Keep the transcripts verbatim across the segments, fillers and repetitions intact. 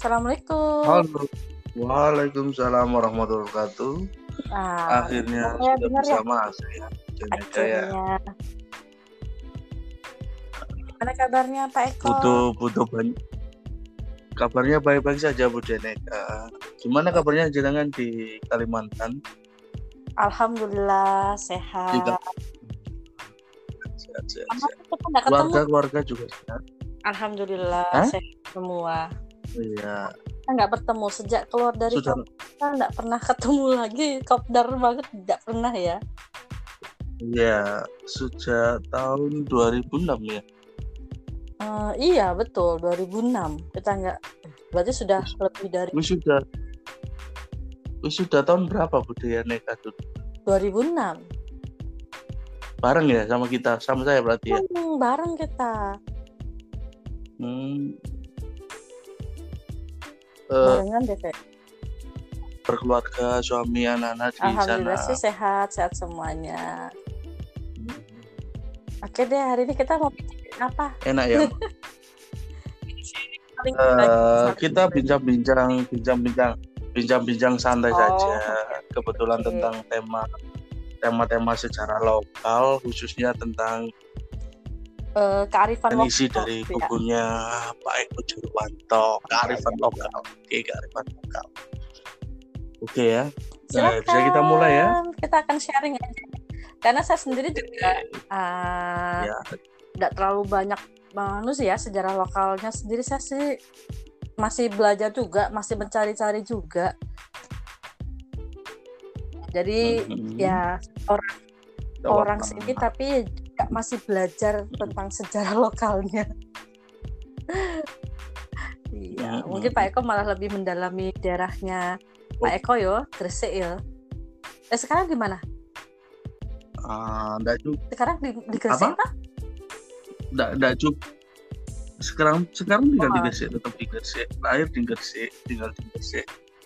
Assalamualaikum. Halo. Waalaikumsalam warahmatullahi wabarakatuh. Ah, Akhirnya ya sudah dengar ya? bersama saya, Janeka ya. Akhirnya. Gimana kabarnya Pak Eko? Butuh butuh banyak. Kabarnya baik-baik saja Bu Janeka. Gimana kabarnya jenengan di Kalimantan? Alhamdulillah Di sehat. Kal- sehat, sehat, Lama sehat. kita nggak ketemu. Keluarga-keluarga juga sehat. Alhamdulillah Hah? sehat semua. Iya. Kita nggak bertemu sejak keluar dari Sudah. Kopdar, kita nggak pernah ketemu lagi. Kopdar banget nggak pernah ya. Iya, sejak tahun dua ribu enam ya. Uh, iya betul dua ribu enam kita nggak berarti sudah lebih dari Wis sudah. Wis sudah tahun berapa Bu Janeka tuh? dua ribu enam. Bareng ya sama kita, sama saya berarti ya. Hmm, bareng kita. Hmm. Barengan deh kayak. Berkeluarga, suami, anak-anak di Alhamdulillah sana. sih sehat, sehat semuanya. Oke deh, hari ini kita mau bikin apa? Enak ya. Paling uh, kita bincang-bincang, bincang-bincang, bincang-bincang santai Oh, saja. oke. Kebetulan Oke. tentang tema, tema-tema secara lokal, khususnya tentang Eh, kearifan isi lokal dari gitu ya. bukunya Pak Eko Jurwanto, kearifan Ya, ya, lokal. Oke, kearifan lokal. Oke ya. Silakan. Nah, bisa kita mulai ya. Kita akan sharing aja. Karena saya sendiri juga uh, Ya. tidak terlalu banyak manusia sejarah lokalnya sendiri. Saya sih masih belajar juga, masih mencari-cari juga. Jadi Mm-hmm. ya orang Gak orang apa-apa. sini tapi juga masih belajar tentang sejarah lokalnya. Iya, Mm-hmm. mungkin Pak Eko malah lebih mendalami daerahnya Oh. Pak Eko yo, Gresik yo. Eh sekarang di mana? Ah, enggak juga. Sekarang di, di Gresik Apa? apa? Enggak, enggak juga. Sekarang sekarang tinggal Oh. di Gresik, tetap di Gresik. Lahir di Gresik, tinggal di Gresik.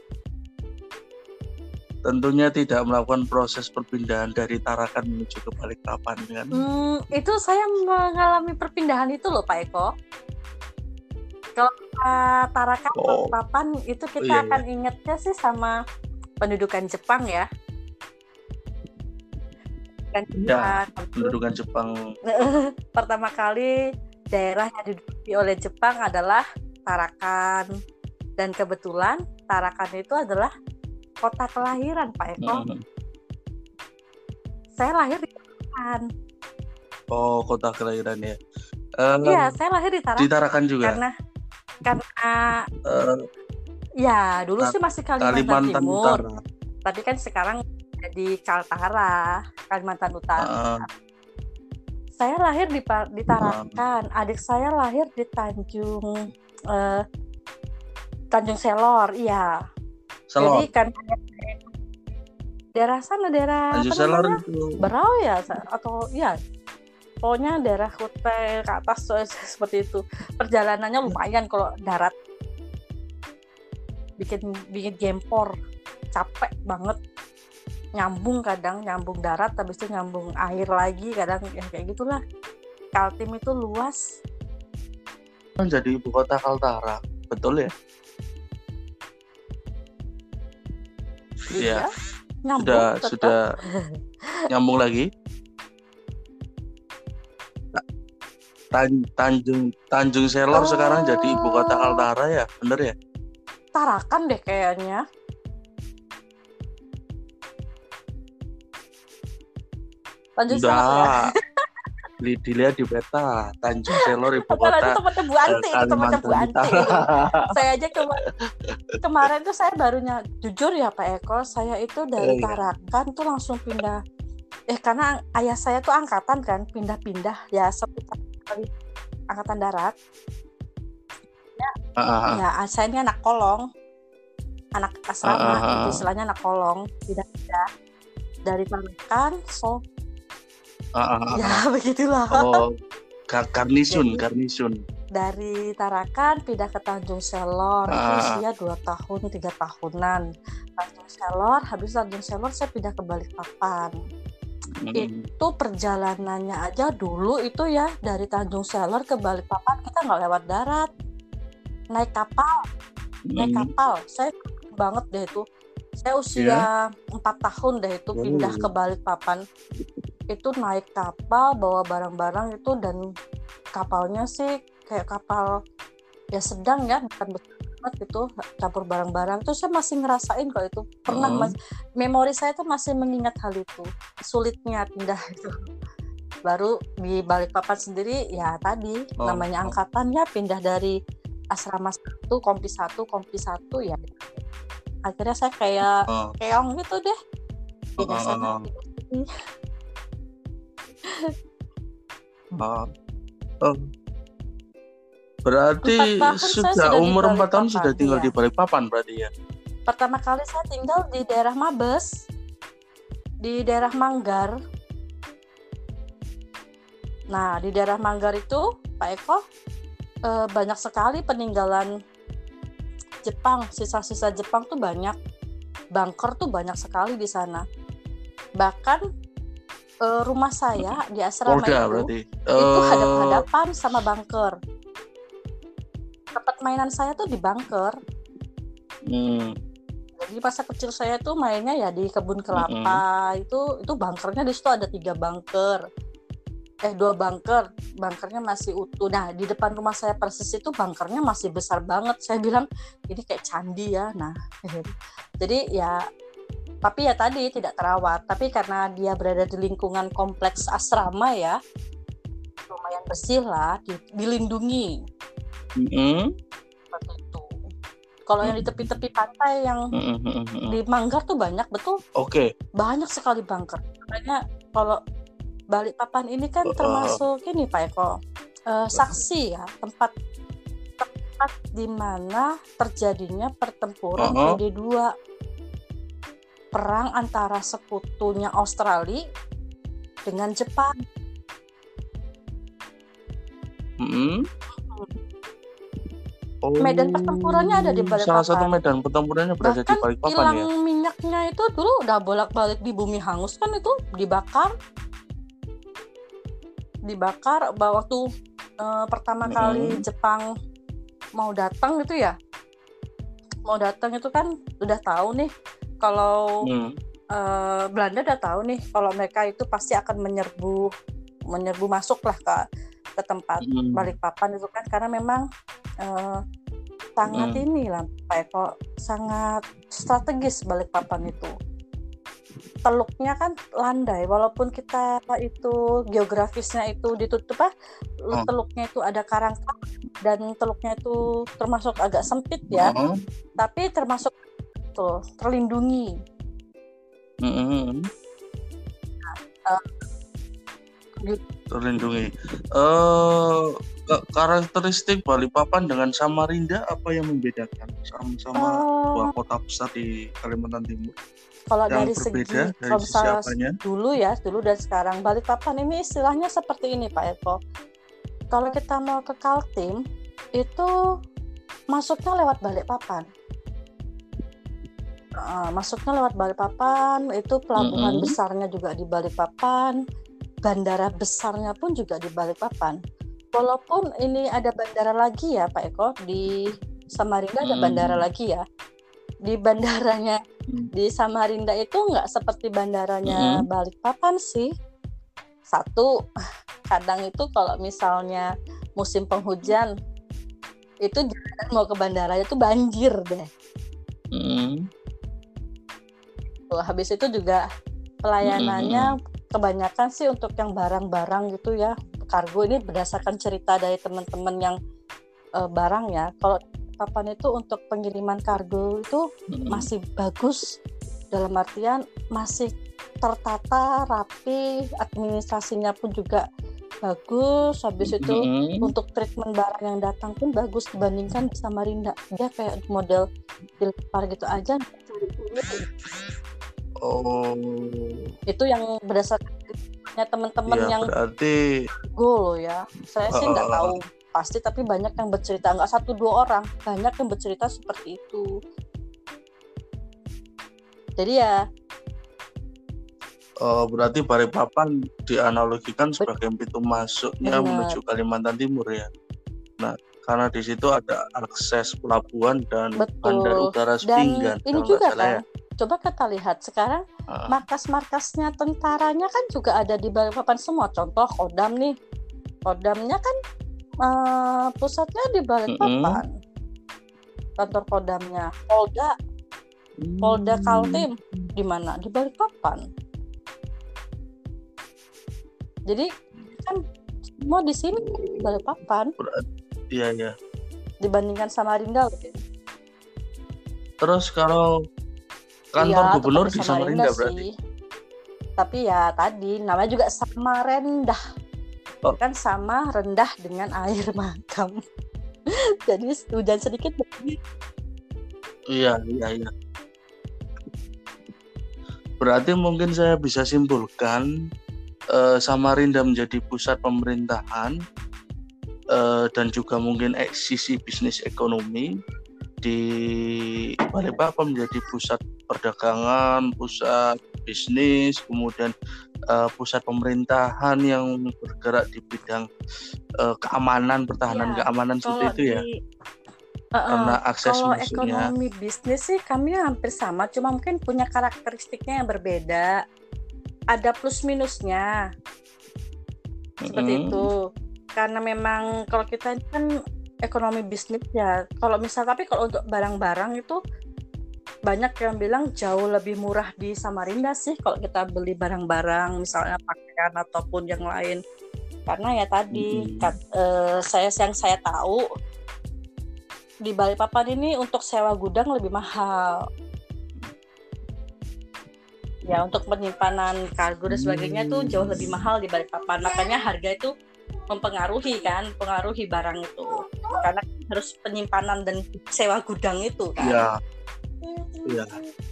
Tentunya tidak melakukan proses perpindahan dari Tarakan menuju ke Balikpapan kan? Hmm, itu saya mengalami perpindahan itu loh Pak Eko. Kalau kita Tarakan Oh. Balikpapan itu kita Oh, iya, akan ingatnya sih sama pendudukan Jepang ya. Kan Ya, Jepang. pendudukan Jepang. Pertama kali daerah yang diduduki oleh Jepang adalah Tarakan, dan kebetulan Tarakan itu adalah kota kelahiran Pak Eko. Mm-hmm. Saya lahir di Tarakan. Oh, kota kelahiran ya. Uh, Iya, saya lahir di Tarakan. Di Tarakan juga. Karena karena uh, ya dulu sih masih Kalimantan, Kalimantan Timur. Utara. Tapi kan sekarang jadi Kaltara, Kalimantan Utara. Uh, Saya lahir di di Tarakan. Uh, Adik saya lahir di Tanjung uh, Tanjung Selor, iya. Selor. Jadi kan daerah sana daerah Tanjung Selor itu Berau ya atau ya pokoknya daerah Kutai ke atas seperti itu. Perjalanannya lumayan kalau darat, bikin bikin gempor, capek banget, nyambung kadang nyambung darat habis itu nyambung air lagi kadang ya kayak gitulah. Kaltim itu luas, jadi ibu kota Kaltara, betul ya? Iya, nyambung sudah tetap. sudah nyambung lagi. Tan, Tanjung Tanjung Selor uh, sekarang jadi ibu kota Kaltara ya, bener ya? Tarakan deh kayaknya. Tanjung Selor ya. Dilihat di peta Tanjung Selor ibu kota. Itu tempatnya Bu Anti, itu tempatnya Bu Anti. Saya aja kema- kemarin tuh saya barunya jujur ya Pak Eko, saya itu dari Tarakan tuh langsung pindah. Eh karena ayah saya tuh angkatan kan, pindah-pindah ya seputar kali angkatan darat. Ya, uh-huh. ya saya ini anak kolong, anak asrama, uh-huh. itu istilahnya anak kolong, pindah-pindah dari Tarakan, so uh-huh. ya begitulah. Oh, karnisun, Jadi, karnisun. Dari Tarakan pindah ke Tanjung Selor, uh. itu usia dua tahun, tiga tahunan. Tanjung Selor, habis Tanjung Selor saya pindah ke Balikpapan. Hmm. Itu perjalanannya aja dulu itu ya dari Tanjung Selor ke Balikpapan kita nggak lewat darat, naik kapal. naik Mm. kapal. Saya banget deh itu. Saya usia empat tahun deh itu pindah Oh. ke Balikpapan. Itu naik kapal bawa barang-barang itu, dan kapalnya sih kayak kapal ya sedang ya, bukan besar banget gitu, campur barang-barang. Terus saya masih ngerasain kalau itu pernah Oh. mas- memori saya tuh masih mengingat hal itu, sulitnya pindah itu. Baru di Balikpapan sendiri ya tadi Oh. namanya angkatan ya, pindah dari asrama satu kompi satu kompi satu ya, akhirnya saya kayak Oh. keong gitu deh, pindah Oh. sana Oh. pindah sini. Oh. Oh. Berarti Empat tahun saya sudah sudah di umur empat tahun Balikpapan, sudah tinggal iya. di Balikpapan berarti ya? Pertama kali saya tinggal di daerah Mabes, di daerah Manggar. Nah, di daerah Manggar itu, Pak Eko, eh, banyak sekali peninggalan Jepang, sisa-sisa Jepang tuh banyak. Bunker tuh banyak sekali di sana. Bahkan eh, rumah saya di asrama Polda itu, berarti. itu Eh, hadap-hadapan sama bunker. Tempat mainan saya tuh di bunker. hmm. Jadi masa kecil saya tuh mainnya ya di kebun kelapa. Mm-mm. Itu itu bunkernya di situ ada tiga bunker. Eh dua bunker, bunkernya masih utuh. Nah di depan rumah saya persis itu bunkernya masih besar banget. Saya bilang ini kayak candi ya. Nah jadi ya, tapi ya tadi tidak terawat. Tapi karena dia berada di lingkungan kompleks asrama ya, lumayan bersih lah, di- dilindungi Mm-mm. seperti itu. Kalau yang di tepi-tepi pantai yang Mm-mm. Mm-mm. di Manggar tuh banyak betul, Oke. banyak sekali bunker. Makanya kalau Balikpapan ini kan Uh, termasuk ini Pak Eko, eh, saksi ya, tempat tempat di mana terjadinya pertempuran Uh-uh. P D dua, perang antara sekutunya Australia dengan Jepang. Mm-mm. Oh, Medan pertempurannya ada di Balikpapan. salah satu medan pertempurannya berada Bahkan di Balikpapan kilang ya. minyaknya itu dulu udah bolak-balik di bumi hangus kan, itu dibakar. Dibakar bahwa waktu uh, pertama Mm-mm. kali Jepang mau datang gitu ya. Mau datang itu kan udah tahu nih kalau Mm. uh, Belanda udah tahu nih kalau mereka itu pasti akan menyerbu menyerbu masuk lah ke ke tempat Mm. Balikpapan itu kan, karena memang uh, sangat Mm. ini lah Pak Eko, sangat strategis Balikpapan itu. Teluknya kan landai, walaupun kita itu geografisnya itu ditutup ah, Oh. teluknya itu ada karang dan teluknya itu termasuk agak sempit ya, Uh-uh. tapi termasuk tuh terlindungi. Mm-mm. Uh, Terlindungi. Eh, ke- karakteristik Balikpapan dengan Samarinda apa yang membedakan sama-sama dua uh, kota besar di Kalimantan Timur? kalau Yang dari berbeda segi, dari kalau sisi misalnya apanya? dulu ya, dulu dan sekarang, Balikpapan ini istilahnya seperti ini Pak Eko. Kalau kita mau ke Kaltim itu masuknya lewat Balikpapan. Uh, masuknya lewat Balikpapan, itu pelabuhan Mm-mm. besarnya juga di Balikpapan, bandara besarnya pun juga di Balikpapan. Walaupun ini ada bandara lagi ya Pak Eko, di Samarinda ada Mm. bandara lagi ya. Di bandaranya Mm. di Samarinda itu nggak seperti bandaranya Mm-mm. Balikpapan sih. Satu, kadang itu kalau misalnya musim penghujan itu jalan mau ke bandaranya itu banjir deh. Mm. Tuh, habis itu juga pelayanannya kebanyakan sih untuk yang barang-barang gitu ya, kargo. Ini berdasarkan cerita dari teman-teman yang uh, barang ya. Kalau papan itu untuk pengiriman kargo itu Mm. masih bagus, dalam artian masih tertata rapi, administrasinya pun juga bagus. Habis itu Mm. untuk treatment barang yang datang pun bagus dibandingkan di Samarinda. Dia kayak model dilempar gitu aja. Oh, Itu yang berdasarkan teman-teman ya yang berarti go loh ya. Saya sih nggak uh, tahu pasti, tapi banyak yang bercerita, nggak satu dua orang, banyak yang bercerita seperti itu. Jadi ya uh, berarti Balikpapan dianalogikan sebagai pintu masuknya benar. menuju Kalimantan Timur ya. Nah, karena di situ ada akses pelabuhan dan Betul. Bandar Udara Sepinggan. Dan ini kalau juga nggak salah kan, ya. coba kita lihat sekarang Ah, markas-markasnya tentaranya kan juga ada di Balikpapan semua. Contoh Kodam nih, Kodamnya kan eh, pusatnya di Balikpapan, kantor Kodamnya. Polda, Polda Kaltim di mana? Di Balikpapan. Jadi kan semua di sini di Balikpapan Iya ya. dibandingkan Samarinda. Terus kalau kantor Iya, gubernur tetap di Samarinda sih. berarti. Tapi ya tadi namanya juga Samarinda. Oh. Kan sama rendah dengan air makam. Jadi hujan sedikit begini. Iya, iya, iya. Berarti mungkin saya bisa simpulkan eh, Samarinda menjadi pusat pemerintahan eh, dan juga mungkin eh, sisi bisnis ekonomi, di Balikpapan menjadi pusat perdagangan, pusat bisnis, kemudian uh, pusat pemerintahan yang bergerak di bidang uh, keamanan, pertahanan Ya, keamanan seperti itu ya. Di, uh, Karena akses kalau masuknya. ekonomi bisnis sih kami hampir sama, cuma mungkin punya karakteristiknya yang berbeda. Ada plus minusnya. Seperti mm-hmm. itu. Karena memang kalau kita kan ekonomi bisnis ya. Kalau misal tapi kalau untuk barang-barang itu banyak yang bilang jauh lebih murah di Samarinda sih kalau kita beli barang-barang misalnya pakaian ataupun yang lain. Karena ya tadi mm-hmm. kat, uh, saya yang saya tahu di Balikpapan ini untuk sewa gudang lebih mahal. Ya untuk penyimpanan kargo dan sebagainya itu jauh lebih mahal di Balikpapan. Makanya harga itu mempengaruhi kan, mempengaruhi barang itu. Karena harus penyimpanan dan sewa gudang itu kan. Iya. Iya.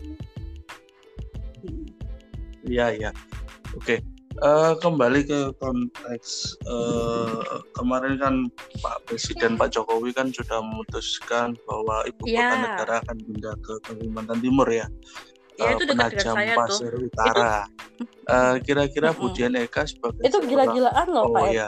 Iya, iya. Oke. Uh, kembali ke konteks uh, kemarin kan Pak Presiden Pak Jokowi kan sudah memutuskan bahwa ibu kota ya. negara akan pindah ke Kalimantan Timur ya. Ya, itu Penajam Pasir tuh. Utara. Itu, uh, kira-kira Bu Dian Eka sebagai itu gila-gilaan loh oh, Pak. Ya.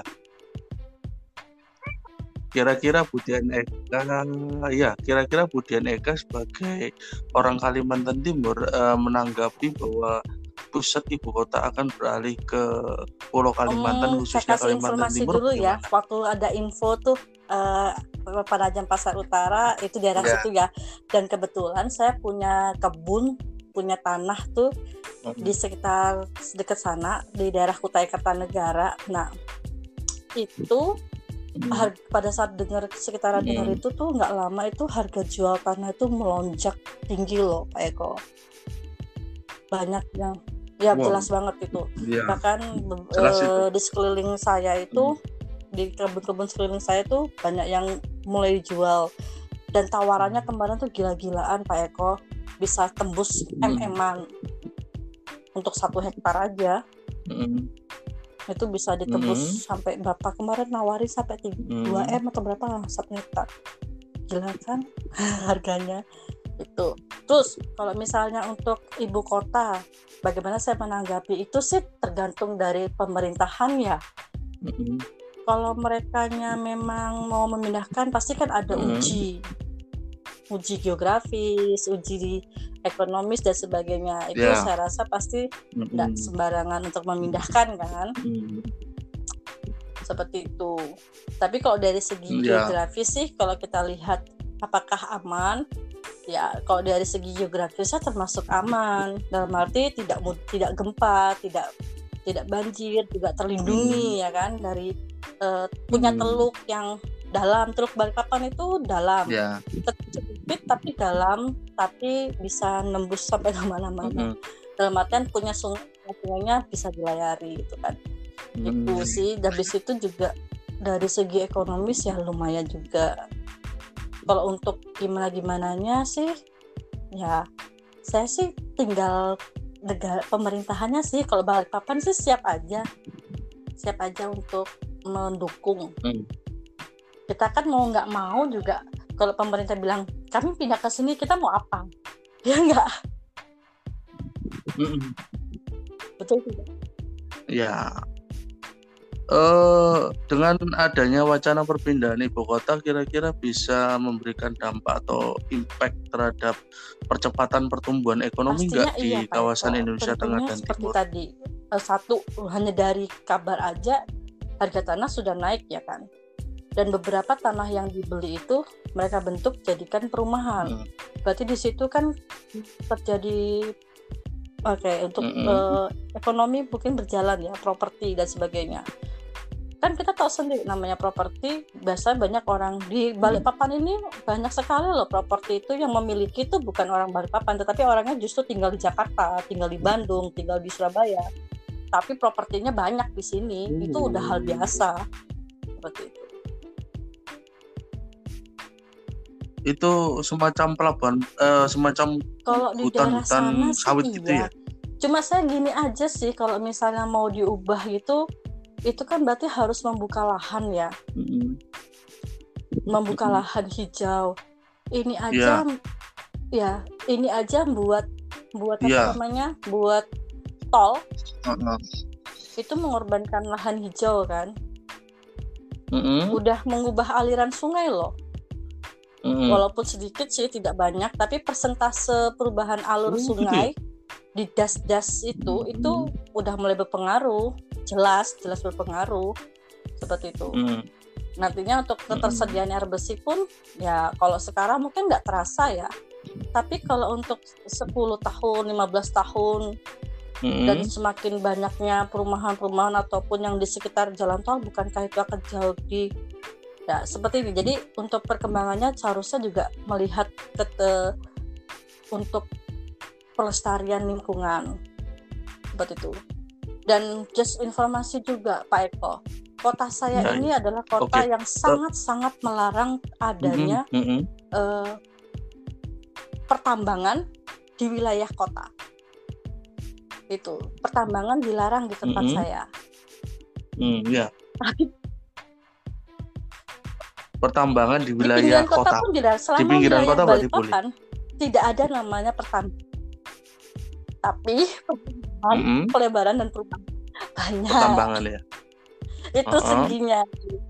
Kira-kira Bu Dian Eka, ya kira-kira Bu Dian Eka sebagai orang Kalimantan Timur uh, menanggapi bahwa pusat ibu kota akan beralih ke Pulau Kalimantan, hmm, khususnya Kalimantan Timur. Dulu ya, waktu ada info tuh uh, Penajam Pasir Utara itu daerah ya. situ ya, dan kebetulan saya punya kebun, punya tanah tuh hmm. di sekitar dekat sana di daerah Kutai Kartanegara. Nah itu hmm. harga, pada saat dengar sekitaran hmm. dengar itu tuh nggak lama itu harga jual tanah itu melonjak tinggi loh Pak Eko. Banyak yang ya wow. jelas banget itu ya. Bahkan uh, di sekeliling saya itu hmm. di kebun-kebun sekeliling saya itu banyak yang mulai dijual dan tawarannya kemarin tuh gila-gilaan Pak Eko, bisa tembus hmm. em-eman untuk satu hektar aja. hmm. Itu bisa ditebus hmm. sampai berapa, kemarin nawarin sampai dua em atau berapa satu hektar. Gila kan harganya itu. Terus kalau misalnya untuk ibu kota, bagaimana saya menanggapi itu sih tergantung dari pemerintahan ya. Mm-hmm. Kalau merekanya memang mau memindahkan pasti kan ada mm-hmm. uji, uji geografis, uji ekonomis dan sebagainya. Itu yeah. saya rasa pasti tidak mm-hmm. sembarangan untuk memindahkan kan. Mm-hmm. Seperti itu. Tapi kalau dari segi yeah. geografis sih, kalau kita lihat apakah aman? Ya, kalau dari segi geografisnya termasuk aman. Dalam arti tidak tidak gempa, tidak tidak banjir, juga terlindungi hmm. ya kan dari uh, punya hmm. teluk yang dalam. Teluk Balikpapan itu dalam, yeah. sempit tapi dalam, tapi bisa nembus sampai kemana-mana. Hmm. Dalam artian punya sungai-sungainya bisa dilayari itu kan. Hmm. Itu sih. Dari situ juga dari segi ekonomis ya lumayan juga. Kalau untuk gimana-gimananya sih, ya saya sih tinggal negara pemerintahannya sih. Kalau Balikpapan sih siap aja, siap aja untuk mendukung. Hmm. Kita kan mau nggak mau juga, kalau pemerintah bilang kami pindah ke sini, kita mau apa? Ya nggak? Hmm. Betul tidak? Ya, Uh, dengan adanya wacana perpindahan ibu kota kira-kira bisa memberikan dampak atau impact terhadap percepatan pertumbuhan ekonomi nggak iya, di kawasan Eko. Indonesia Tentunya Tengah dan seperti Timur? Tadi satu hanya dari kabar aja harga tanah sudah naik ya kan, dan beberapa tanah yang dibeli itu mereka bentuk jadikan perumahan. Hmm. Berarti di situ kan terjadi oke okay, untuk mm-hmm. uh, ekonomi mungkin berjalan ya, properti dan sebagainya. Kan kita tahu sendiri namanya properti, biasanya banyak orang di Balikpapan ini banyak sekali loh properti itu yang memiliki itu bukan orang Balikpapan, tetapi orangnya justru tinggal di Jakarta, tinggal di Bandung, tinggal di Surabaya. Tapi propertinya banyak di sini, hmm. itu udah hal biasa. Seperti itu. Itu semacam pelabuhan, uh, semacam kalau di hutan-hutan sawit gitu iya. ya? Cuma saya gini aja sih, kalau misalnya mau diubah gitu, itu kan berarti harus membuka lahan ya, mm-hmm. membuka mm-hmm. lahan hijau. Ini aja, yeah. ya, ini aja buat buat yeah. apa namanya, buat tol, uh-huh. itu mengorbankan lahan hijau kan. Mm-hmm. Udah mengubah aliran sungai loh, mm-hmm. walaupun sedikit sih, tidak banyak, tapi persentase perubahan alur mm-hmm. sungai di das-das itu, mm-hmm. itu udah mulai berpengaruh. jelas jelas berpengaruh seperti itu. Mm. Nantinya untuk ketersediaan air bersih pun ya kalau sekarang mungkin nggak terasa ya, tapi kalau untuk sepuluh tahun, lima belas tahun mm. dan semakin banyaknya perumahan-perumahan ataupun yang di sekitar jalan tol, bukankah itu akan jauh di ya seperti ini. Jadi untuk perkembangannya seharusnya juga melihat kete, untuk pelestarian lingkungan seperti itu. Dan just informasi juga Pak Eko, kota saya ya, ini adalah kota okay. yang sangat-sangat melarang adanya mm-hmm. uh, pertambangan di wilayah kota. Itu pertambangan dilarang di tempat mm-hmm. saya. Mm, ya. Pertambangan di wilayah di kota. Pun tidak, selama di pinggiran kota berarti boleh. Tidak ada namanya pertambangan. Tapi mm-hmm. pelebaran dan perubahan banyak. Pertambangan ya. Itu uh-huh. seginya.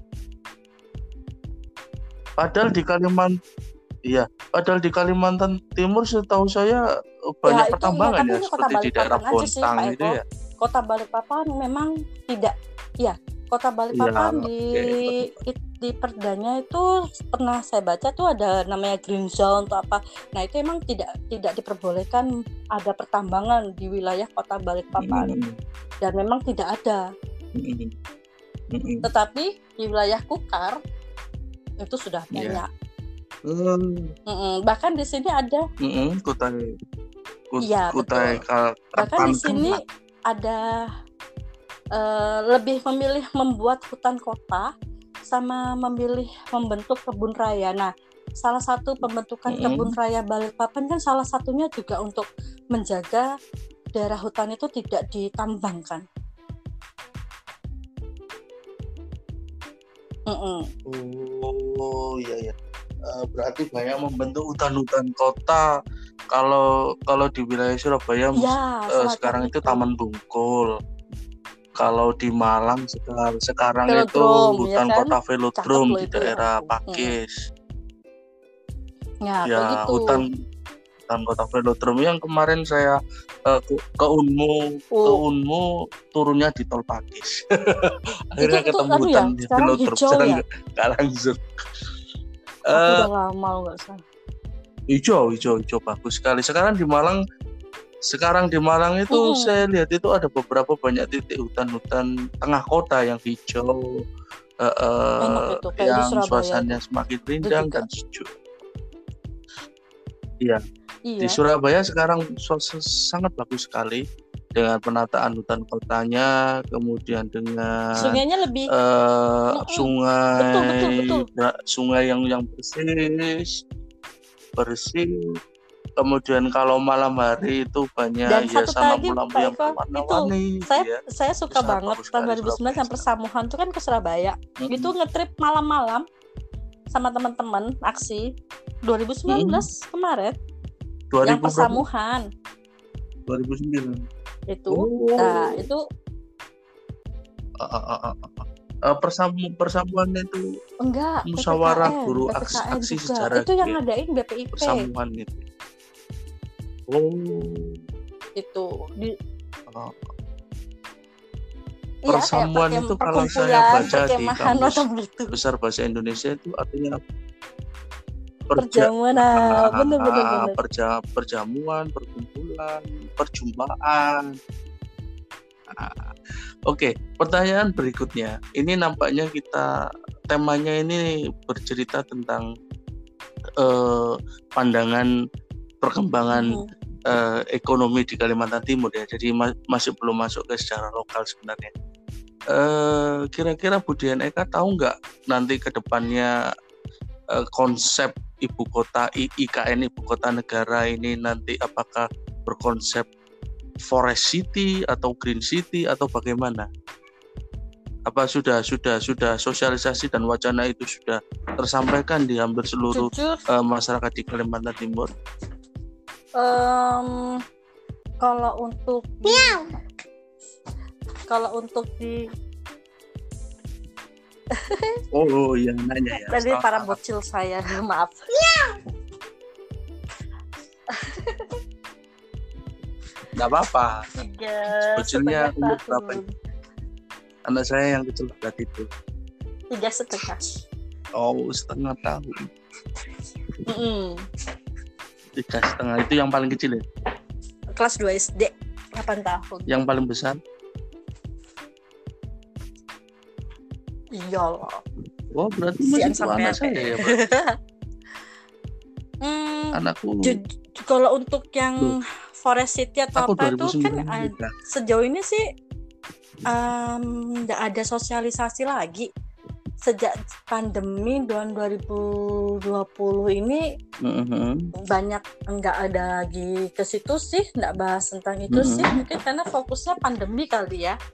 Padahal di Kalimantan, iya, padahal di Kalimantan Timur setahu saya banyak ya, pertambangan ya, ya seperti di daerah Bontang gitu ya. Kota Balikpapan memang tidak, ya. Kota Balikpapan ya, di okay. di perdanya itu pernah saya baca tuh ada namanya green zone atau apa. Nah itu emang tidak tidak diperbolehkan ada pertambangan di wilayah Kota Balikpapan mm-hmm. dan memang tidak ada. Mm-hmm. Mm-hmm. Tetapi di wilayah Kukar itu sudah banyak. Yeah. Mm. Bahkan di sini ada. Mm-hmm. Kutai. Kut- iya Kutai betul. Ka- Bahkan di sini ada. Uh, lebih memilih membuat hutan kota sama memilih membentuk kebun raya. Nah, salah satu pembentukan mm-hmm. kebun raya Balikpapan kan salah satunya juga untuk menjaga daerah hutan itu tidak ditambangkan. Mm-mm. Oh iya ya. Uh, berarti banyak membentuk hutan-hutan kota. Kalau kalau di wilayah Surabaya ya, uh, sekarang itu Taman Bungkul. Kalau di Malang sekarang, sekarang itu hutan ya kan? Kota Velodrome di daerah ya. Pakis. Ya, ya begitu. hutan hutan Kota Velodrome yang kemarin saya uh, ke, ke Unmu, oh. ke Unmu turunnya di Tol Pakis. Akhirnya itu, ketemu itu, hutan ya? Velodrome, sekarang ya? Nggak langsung. Aku uh, udah lama nggak salah. Hijau, hijau, hijau bagus sekali. Sekarang di Malang. Sekarang di Malang itu hmm. saya lihat itu ada beberapa banyak titik hutan-hutan tengah kota yang hijau, uh, uh, itu, yang suasananya semakin rindang dan sejuk. Iya. Iya. Di Surabaya sekarang suasana sangat bagus sekali dengan penataan hutan kotanya, kemudian dengan sungainya lebih uh, sungai, betul, betul, betul. sungai yang yang bersih, bersih. Kemudian kalau malam hari itu banyak dan hiasan lampu-lampu yang berwarna-warni. Saya ya. saya suka Bisa banget tahun dua ribu sembilan yang persamuhan itu kan ke Surabaya. Mm-hmm. Itu ngetrip malam-malam sama teman-teman aksi dua ribu sembilan belas mm-hmm. kemarin. dua ribu yang persamuhan. dua ribu sembilan Itu. Oh. Nah, itu uh, uh, uh, uh. uh, persamu persamuan itu enggak musyawarah P P K N, guru P P K N aksi, aksi juga. sejarah Itu yang ya. ngadain B P I P. Persamuan itu. Oh. Itu di Oh. Iya, Persamuan kayak itu kalau saya baca di kamus gitu. besar bahasa Indonesia itu artinya perja perjamuan, ah, bener, bener, bener. Perja, perjamuan, perkumpulan, perjumpaan. Nah, Oke, okay. Pertanyaan berikutnya. Ini nampaknya kita temanya ini bercerita tentang uh, pandangan perkembangan hmm. uh, ekonomi di Kalimantan Timur ya. Jadi ma- masih belum masuk ke secara lokal sebenarnya. Uh, kira-kira Bu Dian Eka tahu nggak nanti ke depannya uh, konsep ibu kota I K N ibu kota negara ini nanti apakah berkonsep forest city atau green city atau bagaimana? Apa sudah sudah sudah sosialisasi dan wacana itu sudah tersampaikan di hampir seluruh uh, masyarakat di Kalimantan Timur? Um, kalau untuk di, kalau untuk di oh, oh yang nanya ya. Tadi para bocil saya, maaf. Nggak apa-apa. Bocilnya umur berapa? Anak saya yang kecil berarti itu. Tiga setengah. Oh, setengah tahun. Mm-mm. Tiga setengah itu yang paling kecil ya? Kelas dua S D, delapan tahun. Yang paling besar? Iya loh. Oh berarti masih tua anak saya ya Pak? hmm, Anakku. J- kalau untuk yang Duh. Forest City atau apa itu kan ada, sejauh ini sih nggak um, ada sosialisasi lagi sejak pandemi tahun dua ribu dua puluh ini. Mm-hmm. Banyak nggak ada lagi ke situ sih, nggak bahas tentang itu mm-hmm. sih mungkin karena fokusnya pandemi kali ya.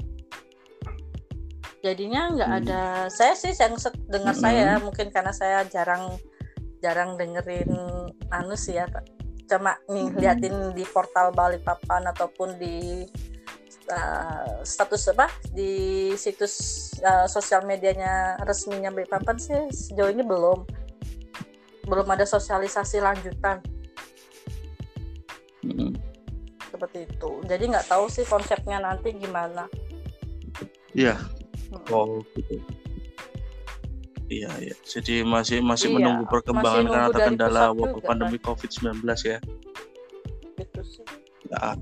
Jadinya nggak hmm. ada, saya sih yang dengar hmm. saya mungkin karena saya jarang jarang dengerin anu sih ya, cuma nih hmm. liatin di portal Balikpapan ataupun di uh, status apa di situs uh, sosial medianya resminya Balikpapan sih sejauh ini belum belum ada sosialisasi lanjutan hmm. seperti itu. Jadi nggak tahu sih konsepnya nanti gimana. Iya. Yeah. Oh gitu. Iya ya. Jadi masih masih iya, menunggu perkembangan karena terkendala wabah pandemi kan? covid sembilan belas ya. Gitu sih. Nah.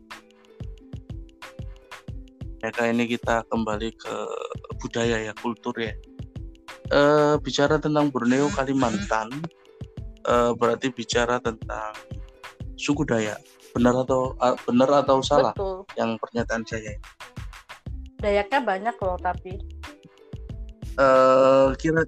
Ya kayak ini kita kembali ke budaya ya, kultur ya. E, bicara tentang Borneo Kalimantan, e, berarti bicara tentang suku Dayak. Benar atau benar atau salah? Betul. Yang pernyataan saya. Dayaknya banyak loh tapi uh, kira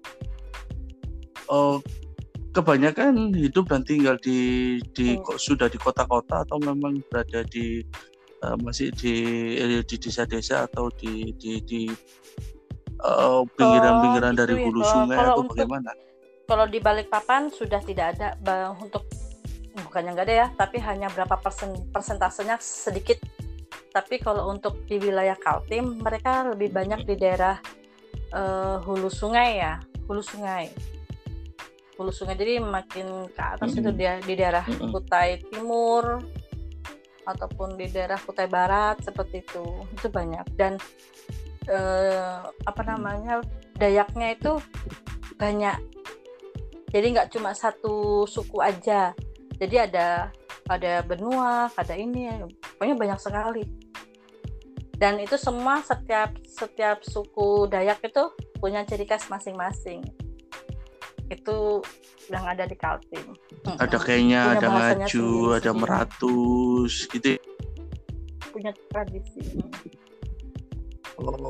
oh, kebanyakan hidup dan tinggal di di hmm. sudah di kota-kota atau memang berada di uh, masih di di desa-desa atau di di di uh, pinggiran-pinggiran oh, dari hulu ya. sungai kalau atau untuk, bagaimana? Kalau di Balikpapan sudah tidak ada untuk bukannya nggak ada ya, tapi hanya berapa persen persentasenya sedikit. Tapi kalau untuk di wilayah Kaltim, mereka lebih banyak di daerah uh, hulu sungai ya, hulu sungai, hulu sungai. Jadi makin ke atas mm-hmm. itu dia di daerah mm-hmm. Kutai Timur ataupun di daerah Kutai Barat seperti itu, itu banyak. Dan uh, apa namanya Dayaknya itu banyak. Jadi nggak cuma satu suku aja. Jadi ada ada benua, ada ini, pokoknya banyak sekali. Dan itu semua setiap setiap suku Dayak itu punya ciri khas masing-masing. Itu yang ada di Kaltim. Ada kayaknya, ada Ngaju, ada Meratus, gitu. Punya tradisi. Oh.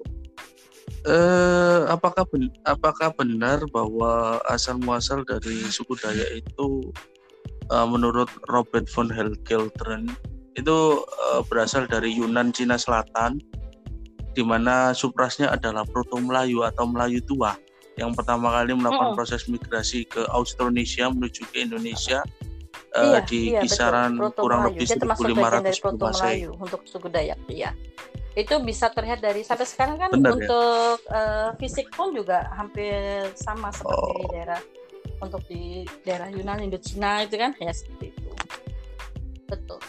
Eh, apakah ben, apakah benar bahwa asal muasal dari suku Dayak itu uh, menurut Robert von Helgeldren itu uh, berasal dari Yunan Cina Selatan, di mana suprasnya adalah Proto Melayu atau Melayu tua yang pertama kali melakukan hmm. proses migrasi ke Austronesia menuju ke Indonesia uh, iya, di iya, kisaran kurang Melayu. lebih seribu lima ratus sebelum Masehi. Untuk suku Dayak, iya. Itu bisa terlihat dari sampai sekarang kan. Benar, untuk ya? uh, fisik pun juga hampir sama seperti oh. di daerah untuk di daerah Yunani, Indochina itu kan ya seperti itu. Betul.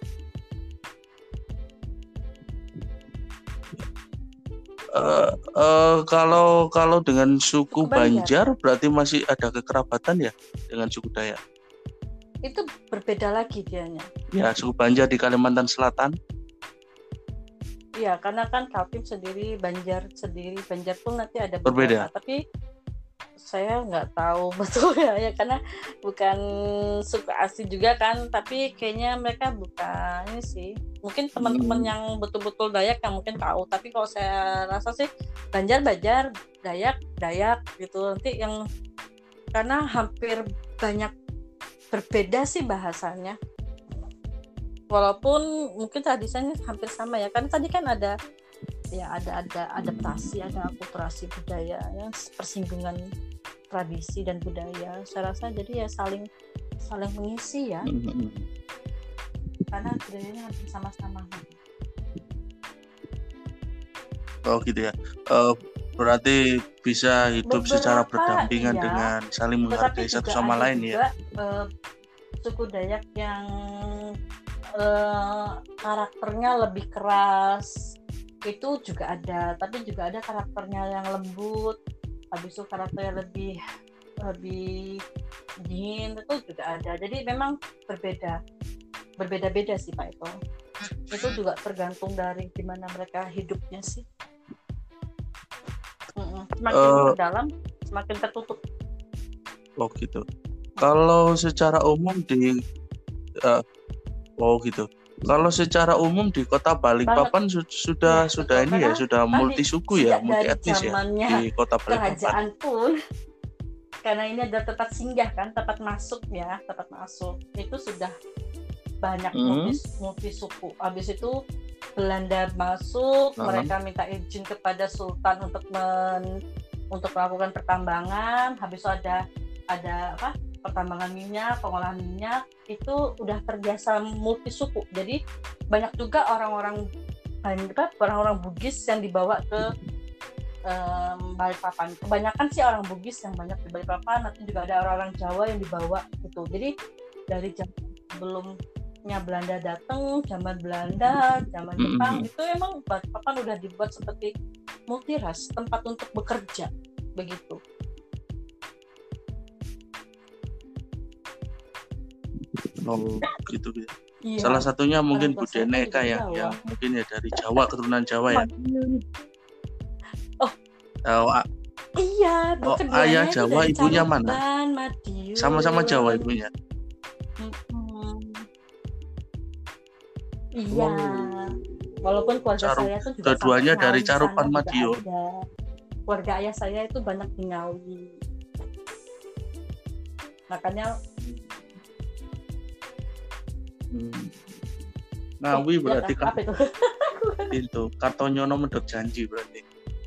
Uh, uh, kalau kalau dengan suku Banjar. Banjar berarti masih ada kekerabatan ya dengan suku Dayak? Itu berbeda lagi dianya. Ya, suku Banjar di Kalimantan Selatan. Iya, karena kan Kaltim sendiri, Banjar sendiri, Banjar pun nanti ada beberapa, berbeda. Tapi saya nggak tahu betul ya, ya karena bukan suku asli juga kan, tapi kayaknya mereka bukan ini sih. Mungkin teman-teman hmm. yang betul-betul Dayak yang mungkin tahu, tapi kalau saya rasa sih Banjar, Banjar, Dayak, Dayak gitu. Nanti yang karena hampir banyak berbeda sih bahasanya. Walaupun mungkin tradisinya hampir sama ya, karena tadi kan ada ya ada ada adaptasi, ada akulturasi budaya, ya persinggungan tradisi dan budaya. Saya rasa jadi ya saling saling mengisi ya, mm-hmm. karena budayanya hampir sama-sama. Oh gitu ya. Uh, berarti bisa hidup beberapa, secara berdampingan ya, dengan saling menghargai satu sama lain juga, ya. Uh, suku Dayak yang Uh, karakternya lebih keras itu juga ada, tapi juga ada karakternya yang lembut, habis itu karakternya lebih lebih dingin, itu juga ada. Jadi memang berbeda berbeda-beda sih Pak Eko. Itu juga tergantung dari gimana mereka hidupnya sih. Semakin uh, dalam semakin tertutup. Oh gitu. Kalau secara umum di uh, Oh gitu. Kalau secara umum di Kota Balikpapan su- sudah ya, sudah betul, ini ya sudah multi suku ya, multi etnis ya di Kota Balikpapan. Kerajaan pun karena ini adalah tempat singgah kan, tempat masuk ya, tempat masuk itu sudah banyak hmm. multi, multi suku. Habis itu Belanda masuk, uh-huh. mereka minta izin kepada Sultan untuk men, untuk melakukan pertambangan. Habis itu ada ada apa? pertambangan minyak, pengolahan minyak itu udah terbiasa multi suku. Jadi banyak juga orang-orang orang-orang Bugis yang dibawa ke um, Balikpapan. Kebanyakan sih orang Bugis yang banyak di Balikpapan, nanti juga ada orang-orang Jawa yang dibawa gitu. Jadi dari zaman sebelumnya Belanda datang, zaman Belanda, zaman Jepang, mm-hmm. itu emang Balikpapan udah dibuat seperti multiras, tempat untuk bekerja begitu. Oh gitu gitu. Iya. Salah satunya mungkin budaya Neka ya, yang mungkin ya dari Jawa, keturunan Jawa ya. Oh. Oh a- iya. Oh ayah Jawa, ibunya mana? Madiun. Sama-sama Jawa ibunya. Hmm. Iya. Oh. Walaupun keluarga Carup, saya tuh juga keduanya dari Carupan Madiun. Keluarga ayah saya itu banyak di Ngawi. Makanya Hmm. Ngawi berarti ya, kan itu? itu Kartonyono Medok Janji berarti.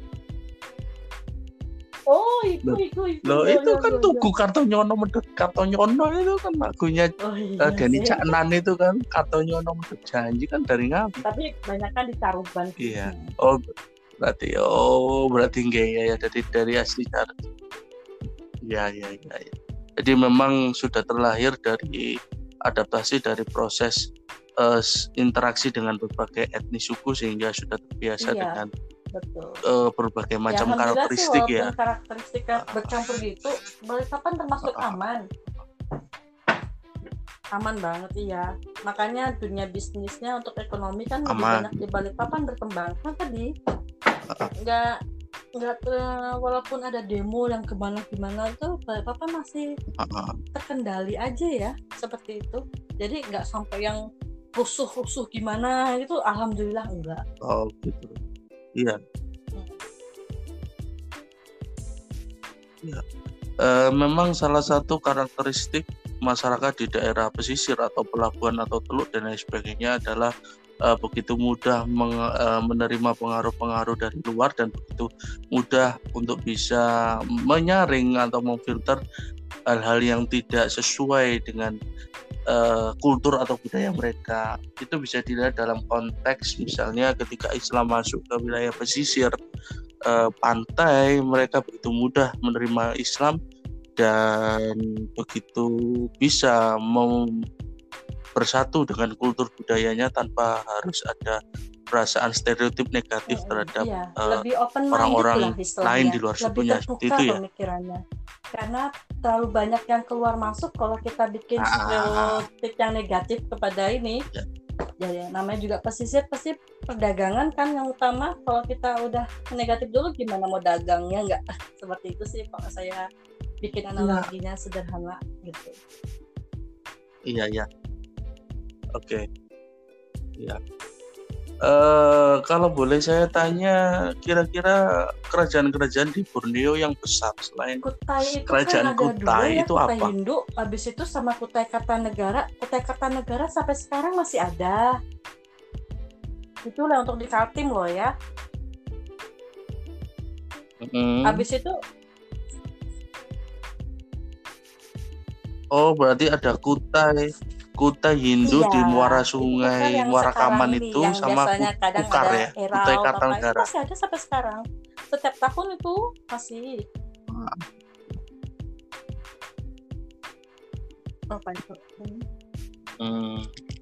Oh itu loh, itu itu. Loh itu loh, kan loh, Tugu loh. Kartonyono Medok Kartonyono itu kan lagunya oh, iya, Gani Cak Nan itu kan Kartonyono Medok Janji kan dari Ngawi. Tapi banyak kan di Caruban. Iya. Oh berarti oh berarti enggak ya ya dari dari asli Caruban. Ya ya ya. ya. Jadi memang sudah terlahir dari adaptasi dari proses uh, interaksi dengan berbagai etnis suku sehingga sudah terbiasa iya, dengan uh, berbagai macam ya, karakteristik sih, ya. Karakteristik yang bercampur gitu, Balikpapan termasuk uh, aman, aman banget iya. Makanya dunia bisnisnya untuk ekonomi kan lebih banyak di Balikpapan berkembang. Kan tadi nggak nggak walaupun ada demo yang kemana-gimana itu Balikpapan masih uh-huh. terkendali aja ya seperti itu. Jadi nggak sampai yang rusuh-rusuh gimana itu, alhamdulillah enggak. Oh gitu. Iya. Hmm. Ya. E, memang salah satu karakteristik masyarakat di daerah pesisir atau pelabuhan atau teluk dan lain sebagainya adalah Uh, begitu mudah meng, uh, menerima pengaruh-pengaruh dari luar dan begitu mudah untuk bisa menyaring atau memfilter hal-hal yang tidak sesuai dengan uh, kultur atau budaya mereka. Itu bisa dilihat dalam konteks misalnya ketika Islam masuk ke wilayah pesisir uh, pantai, mereka begitu mudah menerima Islam dan begitu bisa mem- bersatu dengan kultur budayanya tanpa harus ada perasaan stereotip negatif terhadap iya, uh, lebih open orang-orang lain di luar lebih sukunya, terbuka seperti itu ya. Pemikirannya. Karena terlalu banyak yang keluar masuk kalau kita bikin Ah. stereotip yang negatif kepada ini. Ya. Ya, ya, namanya juga pesisir pasti perdagangan kan yang utama. Kalau kita udah negatif dulu gimana mau dagangnya nggak? Seperti itu sih kalau saya bikin analoginya ya. Sederhana gitu. Iya ya. Oke. Okay. Ya. Uh, kalau boleh saya tanya, kira-kira kerajaan-kerajaan di Borneo yang besar selain Kutai itu kerajaan kan Kutai ya, itu Kutai apa? Hindu, habis itu sama Kutai Kartanegara. Kutai Kartanegara sampai sekarang masih ada. Itulah untuk di Kaltim loh ya. Mm-hmm. Habis itu oh berarti ada Kutai Kutai Hindu iya, di Muara Sungai, itu Muara Kaman ini, itu sama Kukar ya, Kutai Kartanegara. Masih ada sampai sekarang. Setiap tahun itu masih. Apa itu? Hmm.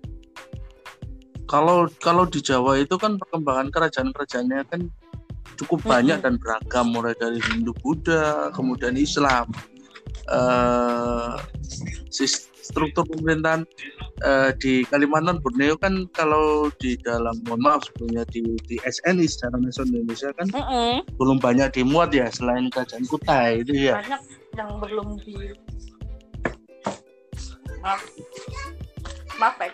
Kalau kalau di Jawa itu kan perkembangan kerajaan-kerajaannya kan cukup banyak dan beragam, mulai dari Hindu, Buddha, kemudian Islam. Uh, struktur pemerintahan uh, di Kalimantan Borneo kan kalau di dalam mohon maaf sebelumnya di, di S N I secara nasional Indonesia kan Mm-mm. belum banyak dimuat ya selain kerajaan Kutai itu ya. Banyak yang belum di maaf maaf ya.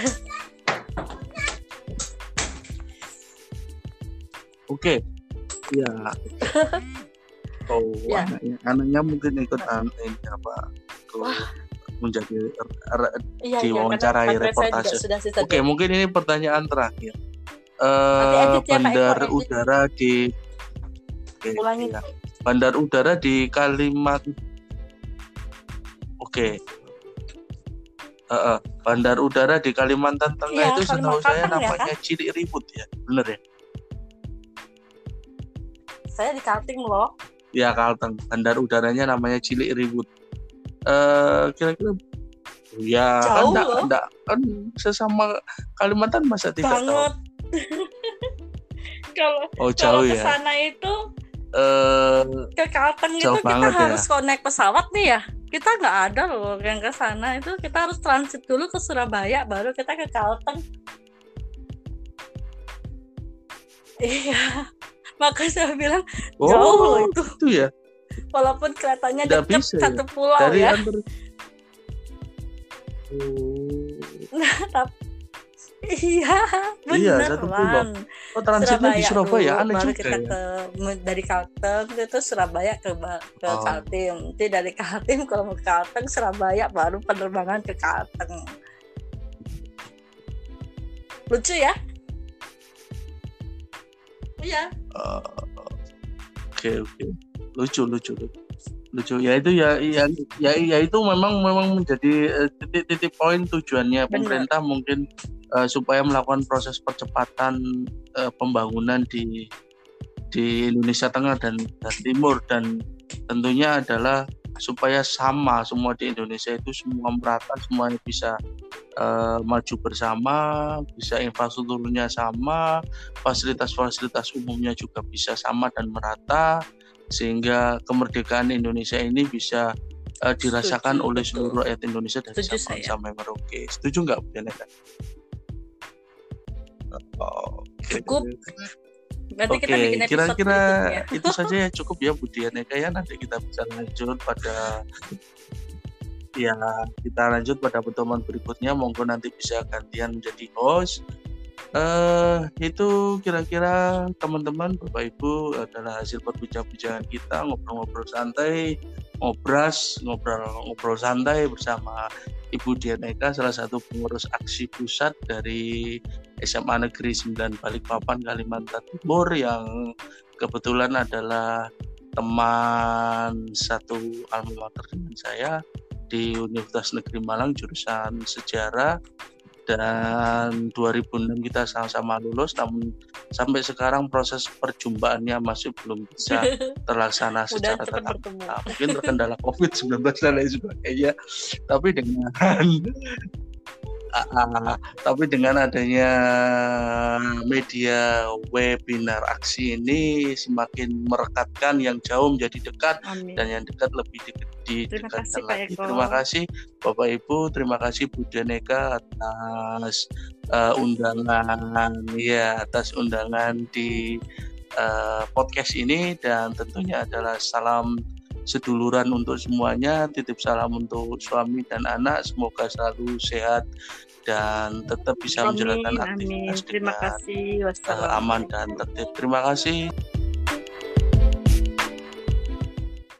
Oke, ya. Oh, ya. anaknya, anaknya mungkin ikut ini apa? Ke, menjadi r- r- iya, diwawancarai iya, reportase. Oke, mungkin ini pertanyaan terakhir. Uh, bandar ya, udara di okay, ya. Bandar udara di Kalimantan. Oke. Okay. Uh, uh, bandar udara di Kalimantan Tengah ya, itu setahu saya namanya ya, kan? Ciliribut ya, benar ya? Saya di Kaltim loh. Ya Kalteng, bandar udaranya namanya Ciliribut. Uh, kira-kira ya jauh kan, loh. Enggak, kan sesama Kalimantan masa tidak banget. tahu. Kalau oh, jauh kalau ya. ke sana itu uh, ke Kalteng itu kita harus ya. Connect pesawat nih ya. Kita nggak ada loh yang ke sana, itu kita harus transit dulu ke Surabaya baru kita ke Kalteng. Iya. Makanya saya bilang oh, jauh loh itu. Itu ya. Walaupun kelihatannya dekat satu pulau dari ya. Antar... Nah, tapi iya, beneran. Iya, satu pulau. Oh, transitnya di Surabaya, dulu, aneh baru juga kita ya. ke dari Kalteng itu Surabaya ke ke oh. Kaltim. Nanti dari Kaltim kalau mau ke Kalteng Surabaya baru penerbangan ke Kalteng. Lucu ya? Iya. Uh, oke oke. Lucu lucu lucu. Lucu ya itu ya ya ya, ya itu memang memang menjadi titik-titik poin tujuannya Bener. Pemerintah mungkin uh, supaya melakukan proses percepatan uh, pembangunan di di Indonesia Tengah dan, dan Timur, dan tentunya adalah supaya sama semua di Indonesia itu semua merata, semuanya bisa uh, maju bersama, bisa infrastrukturnya sama, fasilitas-fasilitas umumnya juga bisa sama dan merata, sehingga kemerdekaan Indonesia ini bisa uh, dirasakan Setuju, oleh betul. seluruh rakyat Indonesia dari Sabang sampai Merauke. Setuju nggak, Bu Dianeka? Oh, cukup. Berarti Oke, kita kira-kira itu saja ya, cukup ya Bu Dianeka ya. Nanti kita bisa lanjut pada ya kita lanjut pada pertemuan berikutnya. Monggo nanti bisa gantian menjadi host. Uh, itu kira-kira teman-teman Bapak Ibu adalah hasil perbincangan kita, ngobrol-ngobrol santai, ngobras, ngobrol-ngobrol santai bersama Ibu Dianeka, salah satu pengurus aksi pusat dari S M A Negeri sembilan Balikpapan, Kalimantan Timur, yang kebetulan adalah teman satu alma mater dengan saya. di Universitas Negeri Malang jurusan sejarah, dan dua ribu enam kita sama-sama lulus, namun sampai sekarang proses perjumpaannya masih belum bisa terlaksana secara tatap muka. Mungkin terkendala covid sembilan belas dan lain sebagainya. Tapi dengan uh, tapi dengan adanya media webinar aksi ini semakin merekatkan yang jauh menjadi dekat. Amin. Dan yang dekat lebih dekat didekatkan lagi. Terima kasih Bapak Ibu, terima kasih Bu Deneka atas uh, undangan ya atas undangan di uh, podcast ini, dan tentunya adalah salam seduluran untuk semuanya. Titip salam untuk suami dan anak, semoga selalu sehat dan tetap bisa amin, menjalankan aktivitas amin. Dengan terima kasih. Uh, aman dan tertib. Terima kasih.